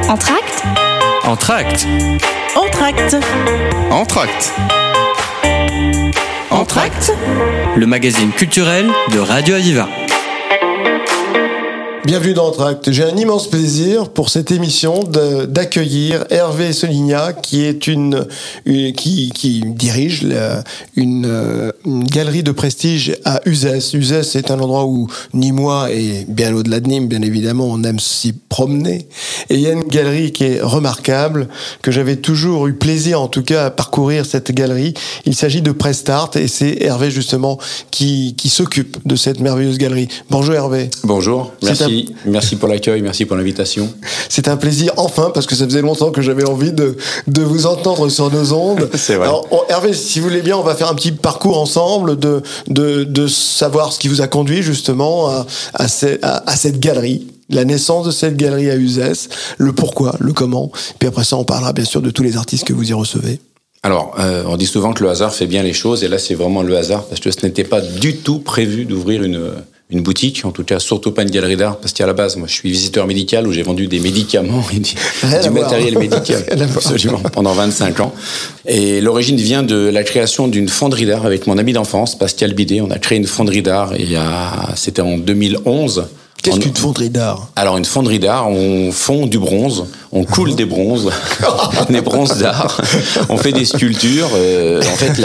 Entracte. Entracte. Entracte. Entracte. Entracte. Le magazine culturel de Radio Aviva. Bienvenue dans Entracte. J'ai un immense plaisir pour cette émission d'accueillir Hervé Soligna, qui est qui dirige une galerie de prestige à Uzès. Uzès, c'est un endroit où Nîmois et bien au-delà de Nîmes, bien évidemment, on aime s'y promener. Et il y a une galerie qui est remarquable, que j'avais toujours eu plaisir, en tout cas, à parcourir cette galerie. Il s'agit de Prestart et c'est Hervé justement qui s'occupe de cette merveilleuse galerie. Bonjour Hervé. Bonjour. Merci pour l'accueil, merci pour l'invitation. C'est un plaisir, enfin, parce que ça faisait longtemps que j'avais envie de vous entendre sur nos ondes. C'est vrai. Alors, Hervé, si vous voulez bien, on va faire un petit parcours ensemble de savoir ce qui vous a conduit justement à cette galerie, la naissance de cette galerie à Uzès, le pourquoi, le comment. Puis après ça, on parlera bien sûr de tous les artistes que vous y recevez. Alors, on dit souvent que le hasard fait bien les choses, et là, c'est vraiment le hasard, parce que ce n'était pas du tout prévu d'ouvrir une boutique, en tout cas surtout pas une galerie d'art, parce qu'à la base, moi je suis visiteur médical où j'ai vendu des médicaments et du matériel médical, absolument, pendant 25 ans. Et l'origine vient de la création d'une fonderie d'art avec mon ami d'enfance, Pascal Bidet. On a créé une fonderie d'art, c'était en 2011. Qu'est-ce qu'une fonderie d'art ? Alors, une fonderie d'art, on fond du bronze, on coule des bronzes, des bronzes d'art, on fait des sculptures. En fait,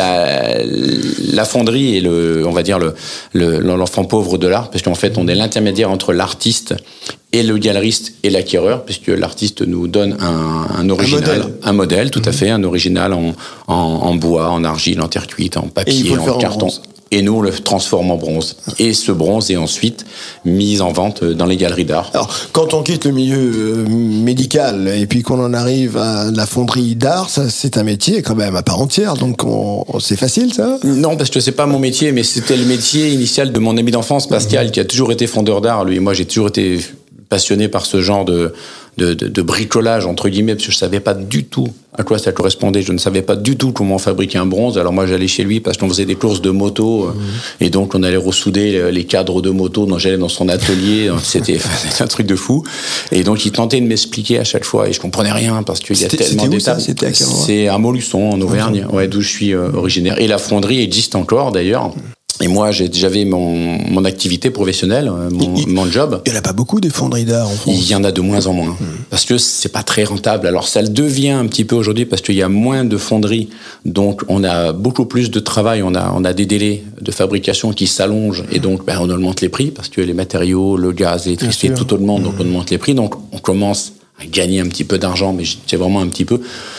la fonderie est on va dire l'enfant pauvre de l'art, parce qu'en fait, on est l'intermédiaire entre l'artiste et le galeriste et l'acquéreur, puisque l'artiste nous donne un original, un modèle, tout à fait, un original en bois, en argile, en terre cuite, en papier, en carton. Et nous, on le transforme en bronze. Et ce bronze est ensuite mis en vente dans les galeries d'art. Alors, quand on quitte le milieu médical et puis qu'on en arrive à la fonderie d'art, ça, c'est un métier quand même à part entière. Donc, c'est facile, ça ? Non, parce que c'est pas mon métier, mais c'était le métier initial de mon ami d'enfance, Pascal, qui a toujours été fondeur d'art. Lui et moi, j'ai toujours été passionné par ce genre de bricolage, entre guillemets, parce que je savais pas du tout à quoi ça correspondait. Je ne savais pas du tout comment fabriquer un bronze. Alors moi, j'allais chez lui parce qu'on faisait des courses de moto, et donc on allait ressouder les cadres de moto. Donc j'allais dans son atelier. C'était un truc de fou. Et donc il tentait de m'expliquer à chaque fois, et je comprenais rien parce qu'il y a tellement d'étapes. C'est à Montluçon, en Auvergne, d'où je suis originaire. Et la fonderie existe encore, d'ailleurs. Et moi, j'avais mon activité professionnelle, mon job. Il n'y en a pas beaucoup des fonderies d'art en France. Il y en a de moins en moins. Parce que c'est pas très rentable. Alors, ça le devient un petit peu aujourd'hui parce qu'il y a moins de fonderies. Donc, on a beaucoup plus de travail. On a des délais de fabrication qui s'allongent. Et donc, on augmente les prix parce que les matériaux, le gaz, l'électricité, tout augmente. Donc, on augmente les prix. Donc, on commence à gagner un petit peu d'argent, mais c'est vraiment un petit peu.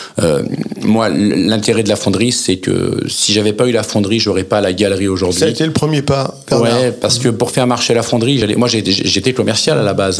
Moi, l'intérêt de la fonderie, c'est que si j'avais pas eu la fonderie, j'aurais pas la galerie aujourd'hui. Ça a été le premier pas. Ouais, parce que pour faire marcher la fonderie, moi j'étais commercial à la base,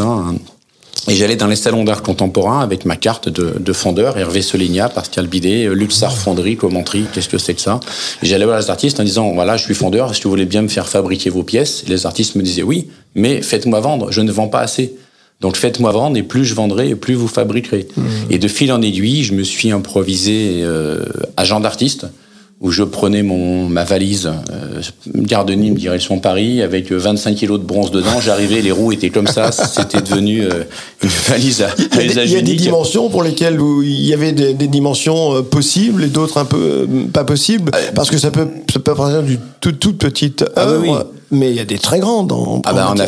et j'allais dans les salons d'art contemporain avec ma carte de fondeur, Hervé Soligna, Pascal Bidet, Luxar Fonderie, Commenterie, qu'est-ce que c'est que ça ? Et j'allais voir les artistes en disant, voilà, je suis fondeur, est-ce que vous voulez bien me faire fabriquer vos pièces ? Et les artistes me disaient, oui, mais faites-moi vendre, je ne vends pas assez. Donc faites-moi vendre, et plus je vendrai, et plus vous fabriquerez. Et de fil en aiguille, je me suis improvisé agent d'artiste, où je prenais ma valise, gare de Nîmes, direction Paris, avec 25 kilos de bronze dedans. J'arrivais, les roues étaient comme ça, c'était devenu une valise à usage unique. Il y a des dimensions pour lesquelles il y avait des dimensions possibles et d'autres un peu pas possibles, parce que ça peut partir d'une toute petite œuvre. Oui. Mais il y a des très grandes. On a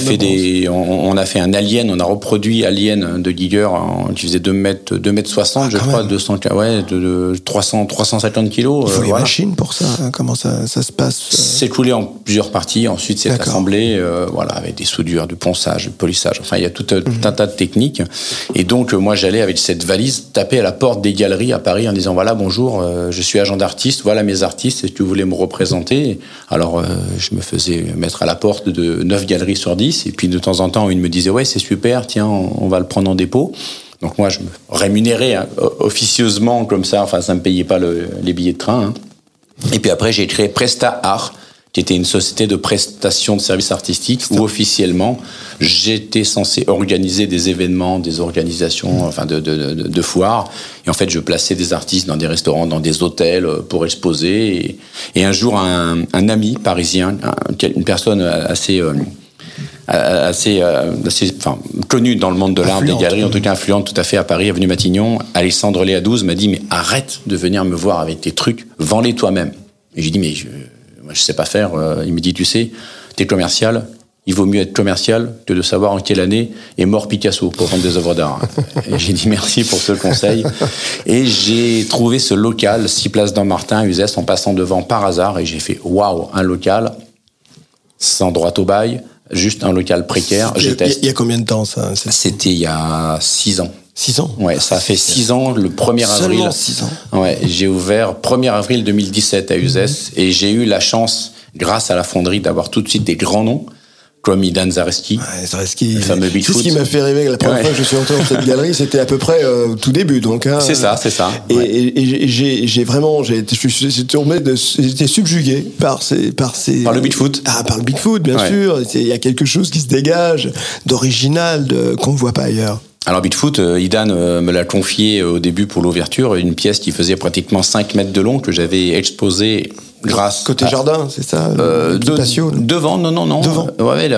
fait un Alien, on a reproduit Alien de Giger qui faisait 2 mètres 60, je crois, 200, de 350 kilos. Il faut les machines pour ça. Comment ça se passe C'est coulé en plusieurs parties. Ensuite, c'est assemblé, avec des soudures, du ponçage, du polissage. Enfin, il y a tout un tas de techniques. Et donc, moi, j'allais avec cette valise taper à la porte des galeries à Paris en disant, voilà, bonjour, je suis agent d'artiste, voilà mes artistes, est-ce que vous voulez me représenter ? Alors, je me faisais mettre à la porte de 9 galeries sur 10, et puis de temps en temps, une me disait, ouais, c'est super, tiens, on va le prendre en dépôt. Donc moi, je me rémunérais officieusement comme ça, enfin, ça me payait pas les billets de train. Et puis après, j'ai créé Presta Art, qui était une société de prestation de services artistiques, où officiellement, j'étais censé organiser des événements, des organisations, de foires. Et en fait, je plaçais des artistes dans des restaurants, dans des hôtels pour exposer. Et un jour, un ami parisien, une personne assez assez connue dans le monde de l'art, des galeries, en tout cas influente tout à fait à Paris, avenue Matignon. Alessandre Léa 12 m'a dit, mais arrête de venir me voir avec tes trucs, vends-les toi-même. Et j'ai dit, mais moi, je sais pas faire. Il me dit, tu sais, t'es commercial, il vaut mieux être commercial que de savoir en quelle année est mort Picasso pour vendre des œuvres d'art. Et j'ai dit merci pour ce conseil. Et j'ai trouvé ce local, 6 places Dammartin à Uzès, en passant devant par hasard, et j'ai fait, waouh, un local sans droit au bail, juste un local précaire. Il y a combien de temps, ça? C'était il y a 6 ans. 6 ans? Ouais, ça fait 6 ans, le 1er avril. Seulement 6 ans? Ouais, j'ai ouvert 1er avril 2017 à Uzès, et j'ai eu la chance, grâce à la fonderie, d'avoir tout de suite des grands noms, comme Idan Zareski, le fameux Bigfoot. C'est ce qui m'a fait rêver la première fois que je suis entré dans cette galerie, c'était à peu près tout début, donc. C'est ça. Et j'étais subjugué par le Bigfoot. Par le Bigfoot, bien sûr. Il y a quelque chose qui se dégage d'original, qu'on ne voit pas ailleurs. Alors Bigfoot, Idan me l'a confié au début pour l'ouverture, une pièce qui faisait pratiquement 5 mètres de long que j'avais exposée grâce côté jardin, c'est ça, patio, devant, non. Devant. Ouais,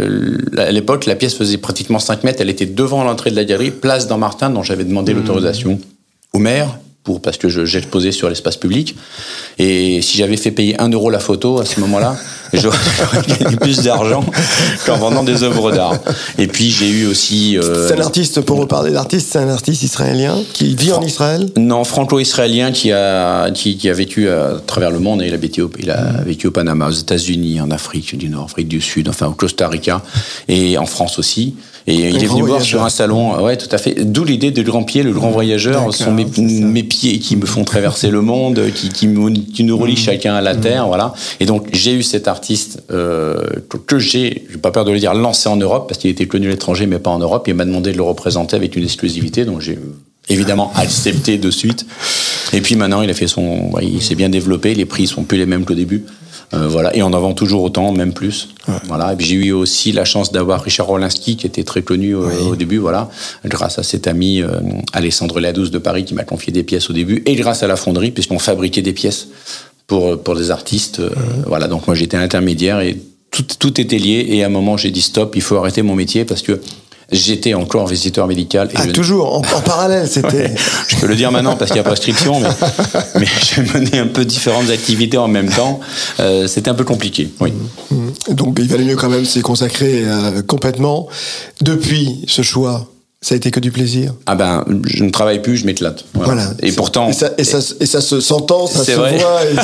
à l'époque, la pièce faisait pratiquement 5 mètres, elle était devant l'entrée de la galerie, place Dammartin, dont j'avais demandé l'autorisation au maire, parce que j'exposais sur l'espace public. Et si j'avais fait payer 1 € la photo à ce moment-là, j'aurais gagné plus d'argent qu'en vendant des œuvres d'art. Et puis j'ai eu aussi... C'est un artiste, pour reparler d'artiste, c'est un artiste israélien qui vit en Israël? Non, franco-israélien qui a vécu à travers le monde. Il a vécu au Panama, aux États-Unis, en Afrique du Nord, Afrique du Sud, enfin au Costa Rica, et en France aussi. Et il est venu voir sur un salon, ouais, tout à fait. D'où l'idée de Grand Pied, le grand voyageur. Ce sont mes pieds qui me font traverser le monde, qui nous relient chacun à la terre, voilà. Et donc, j'ai eu cet artiste que j'ai pas peur de le dire, lancé en Europe, parce qu'il était connu à l'étranger, mais pas en Europe. Il m'a demandé de le représenter avec une exclusivité, donc j'ai évidemment accepté de suite. Et puis maintenant, il s'est bien développé. Les prix sont plus les mêmes qu'au début. Voilà, et on en vend toujours autant, même plus. Ouais. Voilà. Et puis j'ai eu aussi la chance d'avoir Richard Rolinski, qui était très connu au début, voilà, grâce à cet ami Alessandre Léa 12 de Paris qui m'a confié des pièces au début, et grâce à la fonderie, puisqu'on fabriquait des pièces pour des artistes. Voilà, donc moi j'étais l'intermédiaire et tout était lié. Et à un moment j'ai dit stop, il faut arrêter mon métier parce que j'étais encore visiteur médical. Et toujours, en parallèle, c'était... Ouais, je peux le dire maintenant parce qu'il y a prescription, mais je menais un peu différentes activités en même temps. C'était un peu compliqué, oui. Donc il valait mieux quand même s'y consacrer complètement. Depuis ce choix, ça a été que du plaisir? Ah ben, je ne travaille plus, je m'éclate. Voilà. Et pourtant... Et ça se s'entend, ça se voit,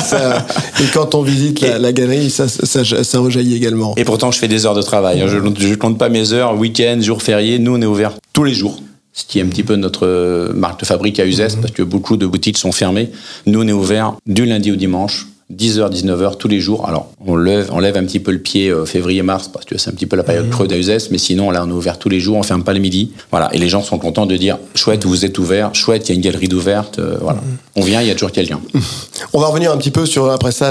et quand on visite la galerie, ça rejaillit également. Et pourtant, je fais des heures de travail. Je ne compte pas mes heures, week-end, jours fériés. Nous, on est ouvert tous les jours. Ce qui est un petit peu notre marque de fabrique à Uzès, parce que beaucoup de boutiques sont fermées. Nous, on est ouvert du lundi au dimanche, 10h, 19h, tous les jours. Alors, on lève un petit peu le pied février-mars, parce que c'est un petit peu la période creuse d'Uzès, mais sinon, là, on est ouvert tous les jours, on ferme pas le midi. Voilà. Et les gens sont contents de dire, chouette, vous êtes ouvert, chouette, il y a une galerie d'ouverte, voilà. On vient, il y a toujours quelqu'un. On va revenir un petit peu sur, après ça,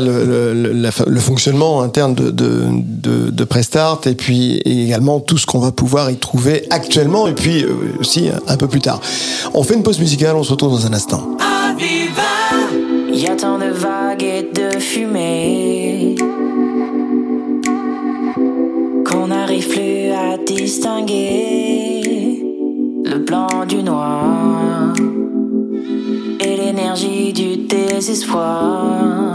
le fonctionnement interne de Prestart, et puis également tout ce qu'on va pouvoir y trouver actuellement, et puis aussi un peu plus tard. On fait une pause musicale, on se retrouve dans un instant. Il y a tant de vagues et de fumée qu'on n'arrive plus à distinguer le blanc du noir et l'énergie du désespoir.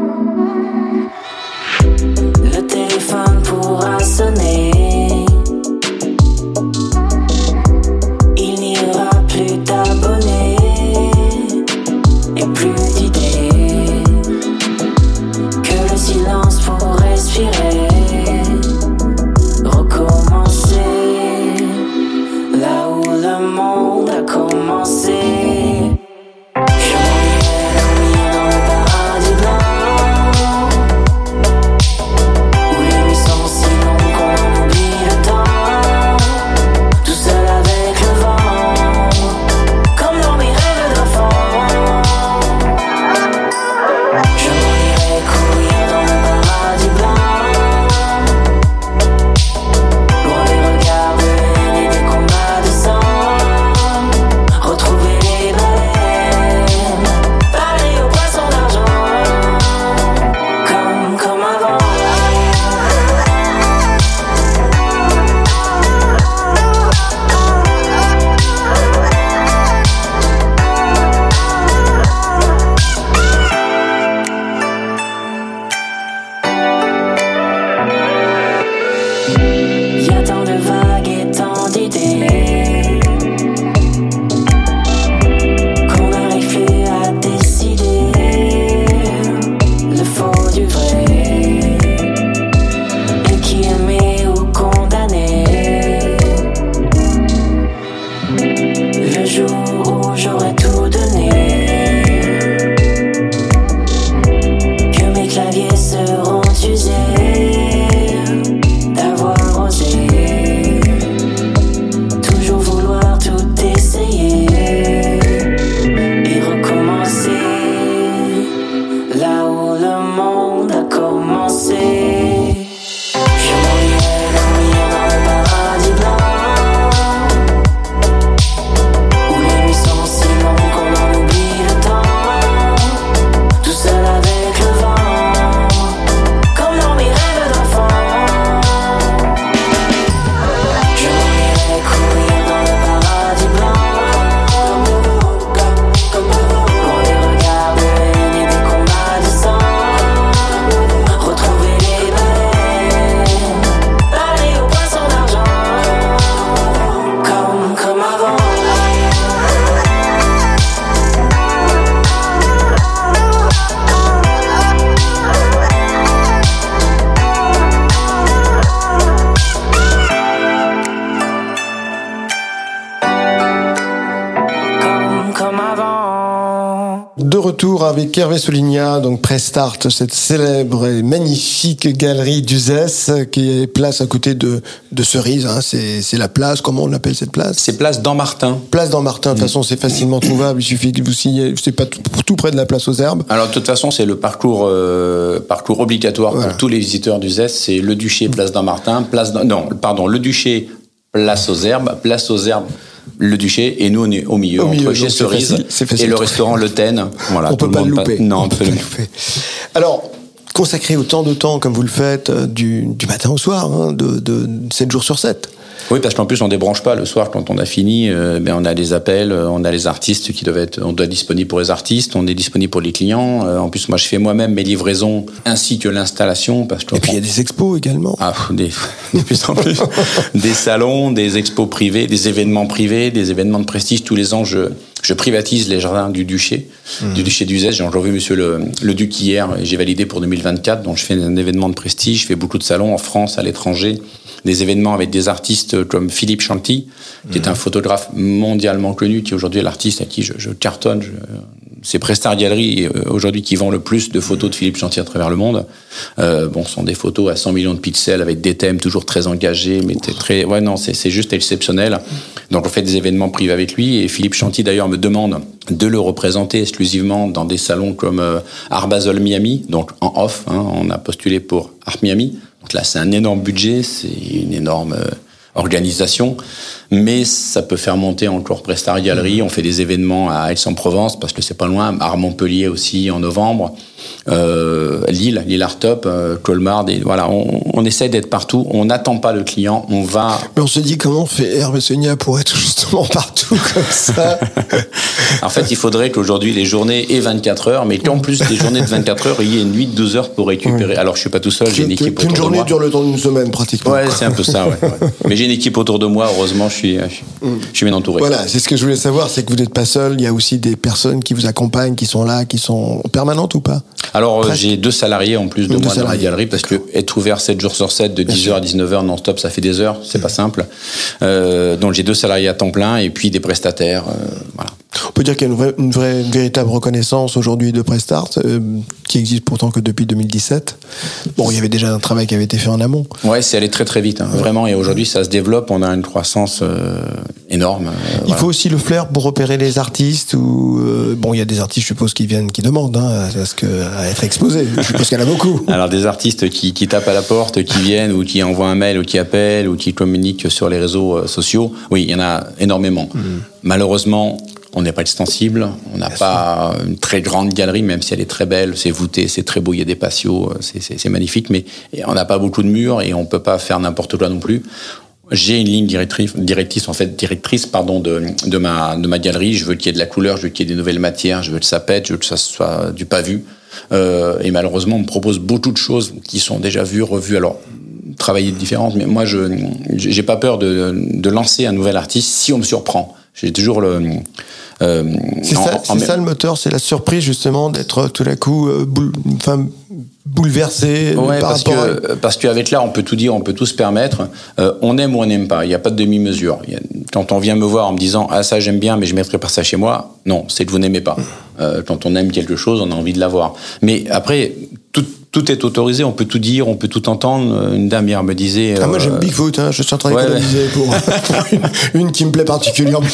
Le téléphone pourra sonner, il n'y aura plus d'abonnés et plus d'idées que le silence pour respirer, recommencer là où le monde a commencé. Je m'ennuierai dormir dans le paradis blanc, où les nuits sont si longues qu'on oublie le temps, tout seul avec le vent, comme dans mes rêves d'enfant. Je m'irai courir dans le paradis blanc, loin des regards de haine et des combats de sang, retrouver comme avant. De retour avec Hervé Solignat, donc Prestart, cette célèbre et magnifique galerie d'Uzès qui est place à côté de Cerise. Hein. C'est la place, comment on appelle cette place ? C'est place Dammartin. Place Dammartin, de toute façon c'est facilement trouvable, il suffit que vous signiez, c'est pas tout près de la place aux Herbes. Alors de toute façon c'est le parcours obligatoire pour tous les visiteurs d'Uzès, c'est le Duché, place Dammartin, le Duché, place aux Herbes, le Duché, et nous on est au milieu entre chez Cerise et le restaurant Le Ten. Voilà, on peut pas le louper. Non, absolument. Alors, consacrer autant de temps comme vous le faites, du matin au soir, hein, de 7 jours sur 7. Oui, parce qu'en plus on débranche pas le soir quand on a fini. On a des appels, on a les artistes qui doivent être, on doit être disponible pour les artistes, on est disponible pour les clients. En plus, moi je fais moi-même mes livraisons ainsi que l'installation, parce que et puis il y a des expos également. Ah, de plus en plus, des salons, des expos privés, des événements privés, des événements de prestige. Tous les ans, je privatise les jardins du Duché, du Duché d'Uzès. J'ai revu Monsieur le Duc hier, et j'ai validé pour 2024. Donc je fais un événement de prestige, je fais beaucoup de salons en France, à l'étranger. Des événements avec des artistes comme Philippe Chanty, qui est un photographe mondialement connu, qui aujourd'hui est l'artiste à qui je cartonne. C'est Prestart Gallery aujourd'hui qui vend le plus de photos de Philippe Chanty à travers le monde. Ce sont des photos à 100 millions de pixels avec des thèmes toujours très engagés, mais c'est juste exceptionnel. Donc on fait des événements privés avec lui, et Philippe Chanty d'ailleurs me demande de le représenter exclusivement dans des salons comme Art Basel Miami, donc en off, hein, on a postulé pour Art Miami. Donc là, c'est un énorme budget, c'est une énorme organisation, mais ça peut faire monter encore Prestart Gallery. On fait des événements à Aix-en-Provence, parce que c'est pas loin, à Montpellier aussi en novembre, Lille Art Top, Colmar, voilà, on essaie d'être partout, on n'attend pas le client, on va... Mais on se dit comment fait Hervé Solignat pour être justement partout comme ça. En fait, il faudrait qu'aujourd'hui les journées aient 24 heures, mais qu'en plus des journées de 24 heures, il y ait une nuit de 12 heures pour récupérer. Alors je suis pas tout seul, j'ai une équipe autour de moi. Une journée dure le temps d'une semaine pratiquement. Ouais, c'est un peu ça, ouais. Mais j'ai une équipe autour de moi, heureusement, je suis bien entouré. Voilà, c'est ce que je voulais savoir, c'est que vous n'êtes pas seul, il y a aussi des personnes qui vous accompagnent, qui sont là, qui sont permanentes ou pas ? Alors, j'ai 2 salariés en plus de moi dans la galerie, parce que être ouvert 7 jours sur 7, de 10h à 19h non-stop, ça fait des heures, c'est pas simple. Donc j'ai 2 salariés à temps plein, et puis des prestataires, voilà. On peut dire qu'il y a une véritable reconnaissance aujourd'hui de Prestart, qui existe pourtant que depuis 2017. Bon, il y avait déjà un travail qui avait été fait en amont. Ouais, c'est allé très très vite, hein, vraiment, et aujourd'hui ça se développe, on a une croissance énorme. Il faut aussi le flair pour repérer les artistes, ou il y a des artistes, je suppose, qui demandent à être exposés. Je suppose qu'il y en a beaucoup. Alors des artistes qui tapent à la porte, qui viennent, ou qui envoient un mail, ou qui appellent, ou qui communiquent sur les réseaux sociaux. Oui, il y en a énormément. Malheureusement, on n'est pas extensible, on n'a pas une très grande galerie, même si elle est très belle, c'est voûté, c'est très beau, il y a des patios, c'est magnifique, mais on n'a pas beaucoup de murs et on peut pas faire n'importe quoi non plus. J'ai une ligne directrice de ma galerie. Je veux qu'il y ait de la couleur, je veux qu'il y ait des nouvelles matières, je veux que ça pète, je veux que ça soit du pas vu. Et malheureusement, on me propose beaucoup de choses qui sont déjà vues, revues. Alors, travailler différentes, mais moi, j'ai pas peur de lancer un nouvel artiste si on me surprend. J'ai toujours c'est ça le moteur, c'est la surprise justement d'être tout à coup bouleversé. Ouais, parce qu'avec l'art, on peut tout dire, on peut tout se permettre. On aime ou on n'aime pas. Il n'y a pas de demi-mesure. Quand on vient me voir en me disant « Ah, ça j'aime bien, mais je ne mettrai pas ça chez moi », non, c'est que vous n'aimez pas. Quand on aime quelque chose, on a envie de l'avoir. Mais après, tout est autorisé, on peut tout dire, on peut tout entendre. Une dame hier me disait... moi j'aime Bigfoot, hein, je suis en train d'économiser pour une qui me plaît particulièrement.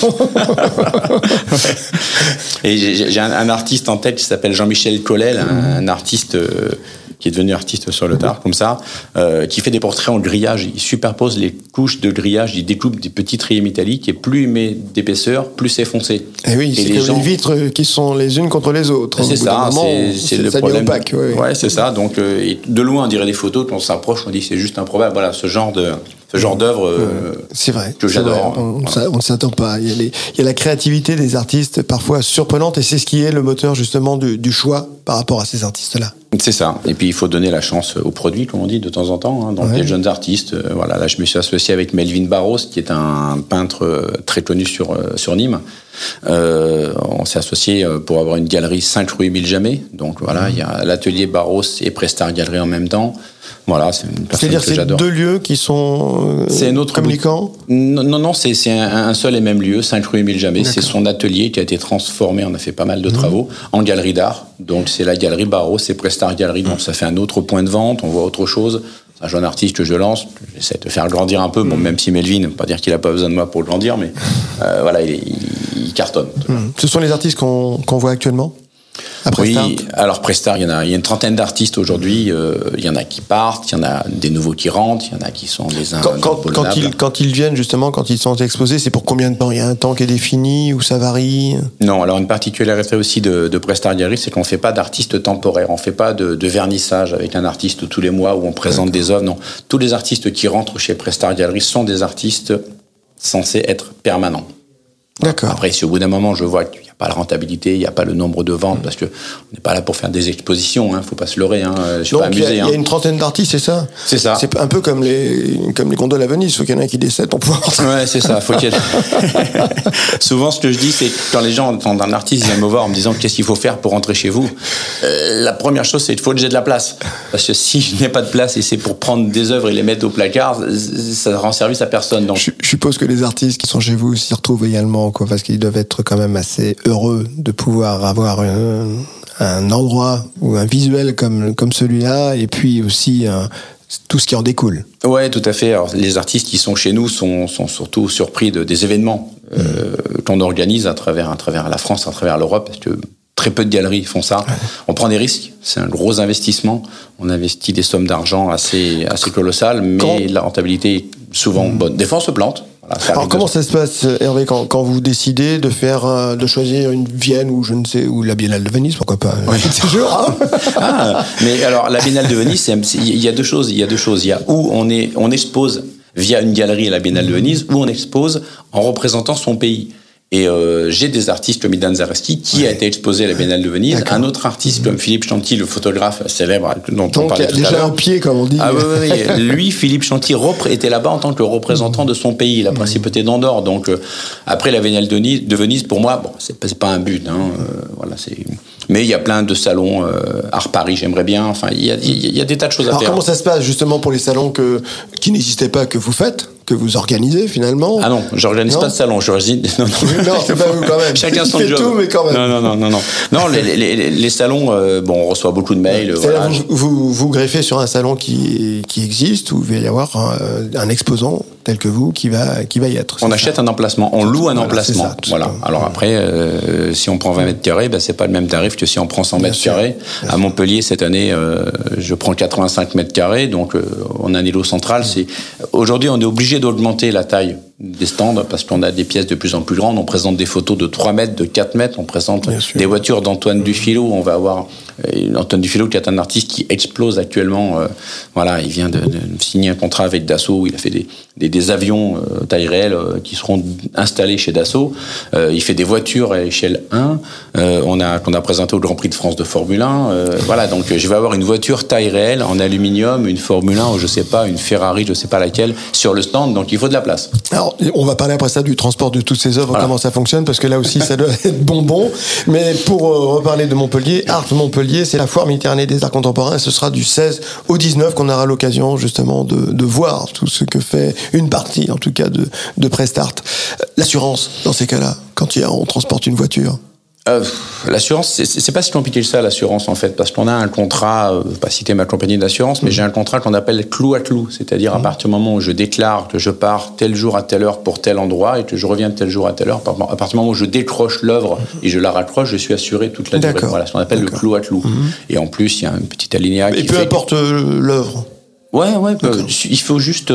Et j'ai un artiste en tête qui s'appelle Jean-Michel Collel, un artiste qui est devenu artiste sur le tard, comme ça, qui fait des portraits en grillage. Il superpose les couches de grillage, il découpe des petits rayés métalliques, et plus il met d'épaisseur, plus c'est foncé. Et oui, c'est comme les vitres qui sont les unes contre les autres. C'est ça, c'est le problème. Opaque, ouais, c'est ça. Donc, de loin, on dirait des photos, quand on s'approche, on dit c'est juste improbable. Voilà, ce genre d'œuvre c'est vrai, que j'adore. On ne s'attend pas. Il y a la créativité des artistes parfois surprenante, et c'est ce qui est le moteur justement du choix par rapport à ces artistes-là. C'est ça. Et puis il faut donner la chance aux produits, comme on dit de temps en temps. Hein, donc les jeunes artistes. Voilà. Là, je me suis associé avec Melvin Barros, qui est un peintre très connu sur Nîmes. On s'est associé pour avoir une galerie 5 rue Émile Jamet. Donc voilà, il y a l'atelier Barros et Prestart Galerie en même temps. Voilà, c'est une personne que j'adore. C'est-à-dire c'est 2 lieux qui sont communicants ? Non, c'est un seul et même lieu, 5 rue Émile Jamet. C'est son atelier qui a été transformé, on a fait pas mal de travaux, en galerie d'art. Donc c'est la galerie Barreau, c'est Prestart Galerie, donc ça fait un autre point de vente, on voit autre chose. C'est un jeune artiste que je lance, j'essaie de faire grandir un peu, bon, même si Melvin, pas dire qu'il n'a pas besoin de moi pour grandir, mais voilà, il cartonne. Ce sont les artistes qu'on voit actuellement ? Oui, alors Prestart, il y a une trentaine d'artistes aujourd'hui. Il y en a qui partent, il y en a des nouveaux qui rentrent, il y en a qui sont des quand ils viennent justement, quand ils sont exposés, c'est pour combien de temps ? Il y a un temps qui est défini ou ça varie ? Non, alors une particularité aussi de Prestart Galerie, c'est qu'on ne fait pas d'artistes temporaires, on ne fait pas de vernissage avec un artiste tous les mois où on présente des œuvres. Non, tous les artistes qui rentrent chez Prestart Galerie sont des artistes censés être permanents. D'accord. Après, si au bout d'un moment, je vois qu'il n'y a pas la rentabilité, il n'y a pas le nombre de ventes, parce qu'on n'est pas là pour faire des expositions, il ne faut pas se leurrer. Je suis donc, pas amusé. Il y a une trentaine d'artistes, c'est ça ? C'est ça. C'est un peu comme les gondoles à Venise, il faut qu'il y en ait un qui décède pour pouvoir rentrer. Ouais, c'est ça. Faut qu'il y ait... Souvent, ce que je dis, c'est que quand les gens entendent un artiste, ils viennent me voir en me disant qu'est-ce qu'il faut faire pour rentrer chez vous. La première chose, c'est qu'il faut que j'ai de la place. Parce que si je n'ai pas de place et c'est pour prendre des œuvres et les mettre au placard, ça rend service à personne. Donc. Je suppose que les artistes qui sont chez vous s'y retrouvent également, quoi, parce qu'ils doivent être quand même assez heureux de pouvoir avoir un endroit ou un visuel comme celui-là, et puis aussi tout ce qui en découle. Ouais, tout à fait. Alors, les artistes qui sont chez nous sont surtout surpris des événements qu'on organise à travers la France, à travers l'Europe, parce que très peu de galeries font ça. Ouais. On prend des risques, c'est un gros investissement. On investit des sommes d'argent assez colossales, mais la rentabilité est souvent bonne. Des fois, on se plante. Voilà, alors comment ça se passe, Hervé, quand vous décidez de choisir une Vienne ou je ne sais, ou la Biennale de Venise, pourquoi pas mais alors la Biennale de Venise, il y a deux choses. Il y a où on expose via une galerie à la Biennale de Venise, où on expose en représentant son pays. Et j'ai des artistes comme Idan Zareski qui a été exposé à la Biennale de Venise. D'accord. Un autre artiste comme Philippe Chanty, le photographe célèbre dont on parlait tout à l'heure. Déjà un pied, comme on dit. Ah oui. Lui, Philippe Chanty, était là-bas en tant que représentant de son pays, la principauté d'Andorre. Donc après la Biennale de Venise, pour moi, bon, c'est pas un but. Voilà, mais il y a plein de salons, Art Paris, j'aimerais bien. Enfin, il y a des tas de choses à faire. Alors comment ça se passe justement pour les salons qui n'existaient pas, que vous faites, que vous organisez finalement? Ah non, j'organise pas de salon. Non, c'est pas vous quand même. Chacun son job. Tout, mais quand même. Non, les salons, on reçoit beaucoup de mails. Voilà. Vous greffez sur un salon qui existe, où il va y avoir un exposant tel que vous qui va y être. On achète un emplacement, on loue un emplacement. Ça, voilà. Alors après, si on prend 20 mètres carrés, c'est pas le même tarif que si on prend 100 mètres carrés. À Montpellier, cette année, je prends 85 mètres carrés, donc on a un îlot central. Aujourd'hui, on est obligé d'augmenter la taille des stands parce qu'on a des pièces de plus en plus grandes. On présente des photos de 3 mètres, de 4 mètres. On présente des voitures d'Antoine Dufilot. On va avoir Antoine Dufilot qui est un artiste qui explose actuellement. Il vient de signer un contrat avec Dassault. Il a fait des avions taille réelle qui seront installés chez Dassault. Il fait des voitures à l'échelle 1 qu'on a présenté au Grand Prix de France de Formule 1. Donc je vais avoir une voiture taille réelle en aluminium, une Formule 1 ou je sais pas, une Ferrari, je sais pas laquelle, sur le stand. Donc il faut de la place. Alors, on va parler après ça du transport de toutes ces œuvres, comment ça fonctionne, parce que là aussi, ça doit être bonbon. Mais pour reparler de Montpellier, Art Montpellier, c'est la foire méditerranéenne des arts contemporains. Et ce sera du 16 au 19 qu'on aura l'occasion, justement, de voir tout ce que fait une partie, en tout cas, de Prestart. L'assurance, dans ces cas-là, quand on transporte une voiture. L'assurance, c'est pas si compliqué que ça, l'assurance, en fait, parce qu'on a un contrat, je vais pas citer ma compagnie d'assurance, mais j'ai un contrat qu'on appelle clou à clou, c'est-à-dire à partir du moment où je déclare que je pars tel jour à telle heure pour tel endroit et que je reviens tel jour à telle heure, à partir du moment où je décroche l'œuvre et je la raccroche, je suis assuré toute la durée. Voilà ce qu'on appelle le clou à clou. Et en plus, il y a un petit alinéa qui fait... Et peu importe l'œuvre. Ouais, il faut juste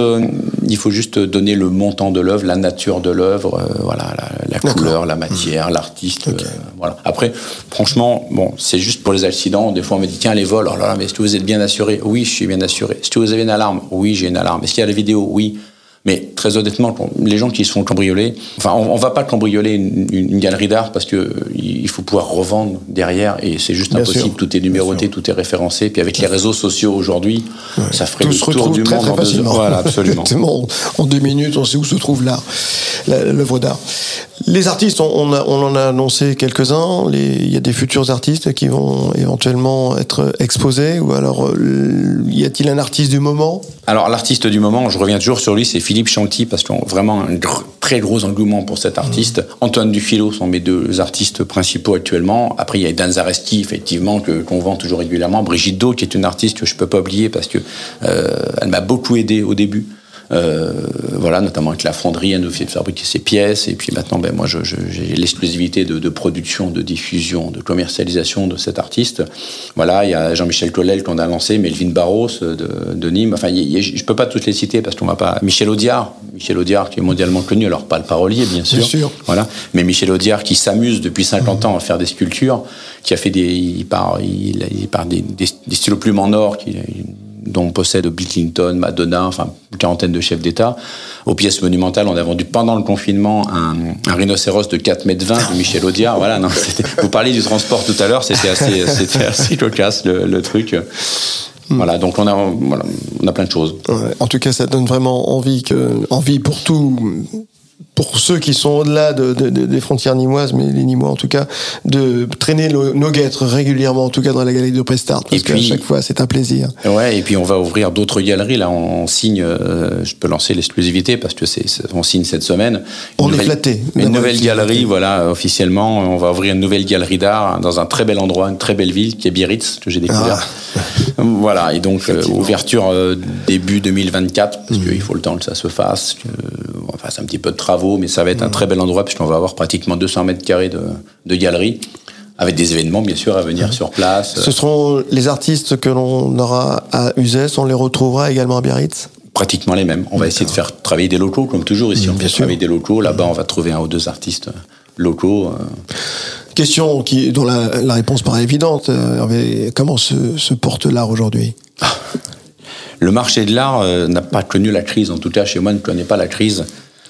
donner le montant de l'œuvre, la nature de l'œuvre, la couleur, la matière, l'artiste, voilà. Après, franchement, c'est juste pour les accidents. Des fois, on me dit tiens, les vols, oh là là, mais est-ce que vous êtes bien assuré? Oui, je suis bien assuré. Est-ce que vous avez une alarme? Oui, j'ai une alarme. Est-ce qu'il y a la vidéo? Oui. Mais très honnêtement, les gens qui se font cambrioler, on va pas cambrioler une galerie d'art parce que il faut pouvoir revendre derrière et c'est juste impossible. Tout est numéroté, tout est référencé. Puis avec les réseaux sociaux aujourd'hui, ça ferait le tour du monde très facilement. Voilà, absolument. En 2 minutes, on sait où se trouve l'œuvre d'art. Les artistes, on en a annoncé quelques-uns. Il y a des futurs artistes qui vont éventuellement être exposés, ou alors y a-t-il un artiste du moment? Alors l'artiste du moment, je reviens toujours sur lui, c'est Philippe Chanty, parce qu'on a vraiment un très gros engouement pour cet artiste. Antoine Dufilo sont mes deux artistes principaux actuellement. Après, il y a Dan Zareski, effectivement, qu'on vend toujours régulièrement. Brigitte Do, qui est une artiste que je peux pas oublier parce que elle m'a beaucoup aidé au début. Voilà, notamment avec la fonderie, elle nous fait fabriquer ses pièces, et puis maintenant, moi, j'ai l'exclusivité de production, de diffusion, de commercialisation de cet artiste. Voilà, il y a Jean-Michel Collel qu'on a lancé, Melvin Barros de Nîmes. Enfin, je peux pas toutes les citer parce qu'on va pas. Michel Audiard qui est mondialement connu, alors pas le parolier, bien sûr. Voilà, mais Michel Audiard qui s'amuse depuis 50 ans à faire des sculptures, qui a fait il part des stylos plumes en or dont on possède Bill Clinton, Madonna, enfin une quarantaine de chefs d'État. Aux pièces monumentales, on a vendu pendant le confinement un rhinocéros de 4,20 m de Michel Audiard. Voilà, non, vous parliez du transport tout à l'heure, c'était assez cocasse le truc. Voilà, donc on a plein de choses. Ouais, en tout cas, ça donne vraiment envie pour ceux qui sont au-delà des frontières nîmoises, mais les Nîmois en tout cas, de traîner nos guêtres régulièrement, en tout cas dans la galerie de Prestart, parce qu'à chaque fois c'est un plaisir. Ouais, et puis on va ouvrir d'autres galeries. Là, on signe, je peux lancer l'exclusivité parce que on signe cette semaine. On est flatté. Une nouvelle galerie, voilà, officiellement, on va ouvrir une nouvelle galerie d'art dans un très bel endroit, une très belle ville qui est Biarritz, que j'ai découvert. Voilà, et donc ouverture début 2024, parce qu'il faut le temps que ça se fasse, on fasse un petit peu de travaux, mais ça va être un très bel endroit puisqu'on va avoir pratiquement 200 mètres carrés de galerie, avec des événements bien sûr à venir sur place. Ce seront les artistes que l'on aura à Uzès, on les retrouvera également à Biarritz? Pratiquement les mêmes. On va essayer de faire travailler des locaux, comme toujours ici. On fait travailler des locaux. Là-bas, on va trouver un ou deux artistes locaux. Question dont la réponse paraît évidente. Hervé, comment se porte l'art aujourd'hui? Le marché de l'art n'a pas connu la crise. En tout cas, chez moi, ne connaît pas la crise.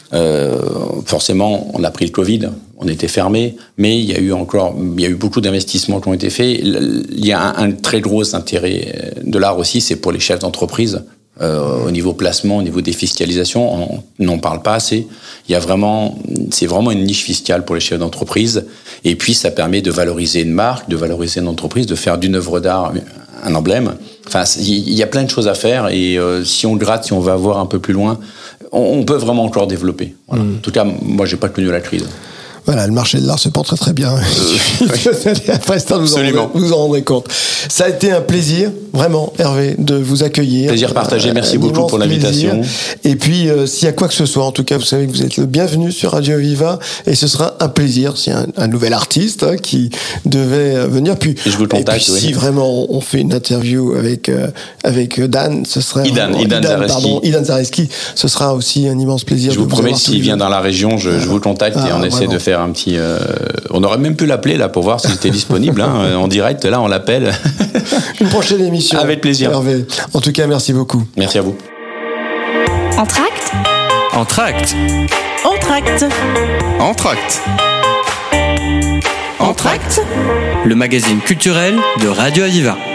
Forcément, on a pris le Covid, on était fermé, mais il y a eu beaucoup d'investissements qui ont été faits. Il y a un très gros intérêt de l'art aussi, c'est pour les chefs d'entreprise. Au niveau placement, au niveau des fiscalisations, on n'en parle pas assez. C'est vraiment une niche fiscale pour les chefs d'entreprise. Et puis, ça permet de valoriser une marque, de valoriser une entreprise, de faire d'une œuvre d'art un emblème. Enfin, il y a plein de choses à faire. Et si on gratte, si on va voir un peu plus loin, on peut vraiment encore développer. Voilà. En tout cas, moi, j'ai pas connu la crise. Voilà, le marché de l'art se porte très très bien. Après ça, vous en rendrez compte. Ça a été un plaisir, vraiment, Hervé, de vous accueillir. Plaisir partagé, merci beaucoup pour l'invitation. Et puis, s'il y a quoi que ce soit, en tout cas, vous savez que vous êtes le bienvenu sur Radio Aviva, et ce sera un plaisir s'il y a un nouvel artiste qui devait venir. Puis, et je vous contacte, et puis si vraiment on fait une interview avec Dan, ce serait Idan Zareski, ce sera aussi un immense plaisir. Je vous promets, s'il vient dans la région, je vous contacte et on essaie de faire un petit. On aurait même pu l'appeler là pour voir s'il était disponible en direct. Là, on l'appelle. Une prochaine émission. Avec plaisir. Hervé. En tout cas, merci beaucoup. Merci à vous. Entracte. Entracte. Entracte. Entracte. Entracte. Le magazine culturel de Radio Aviva.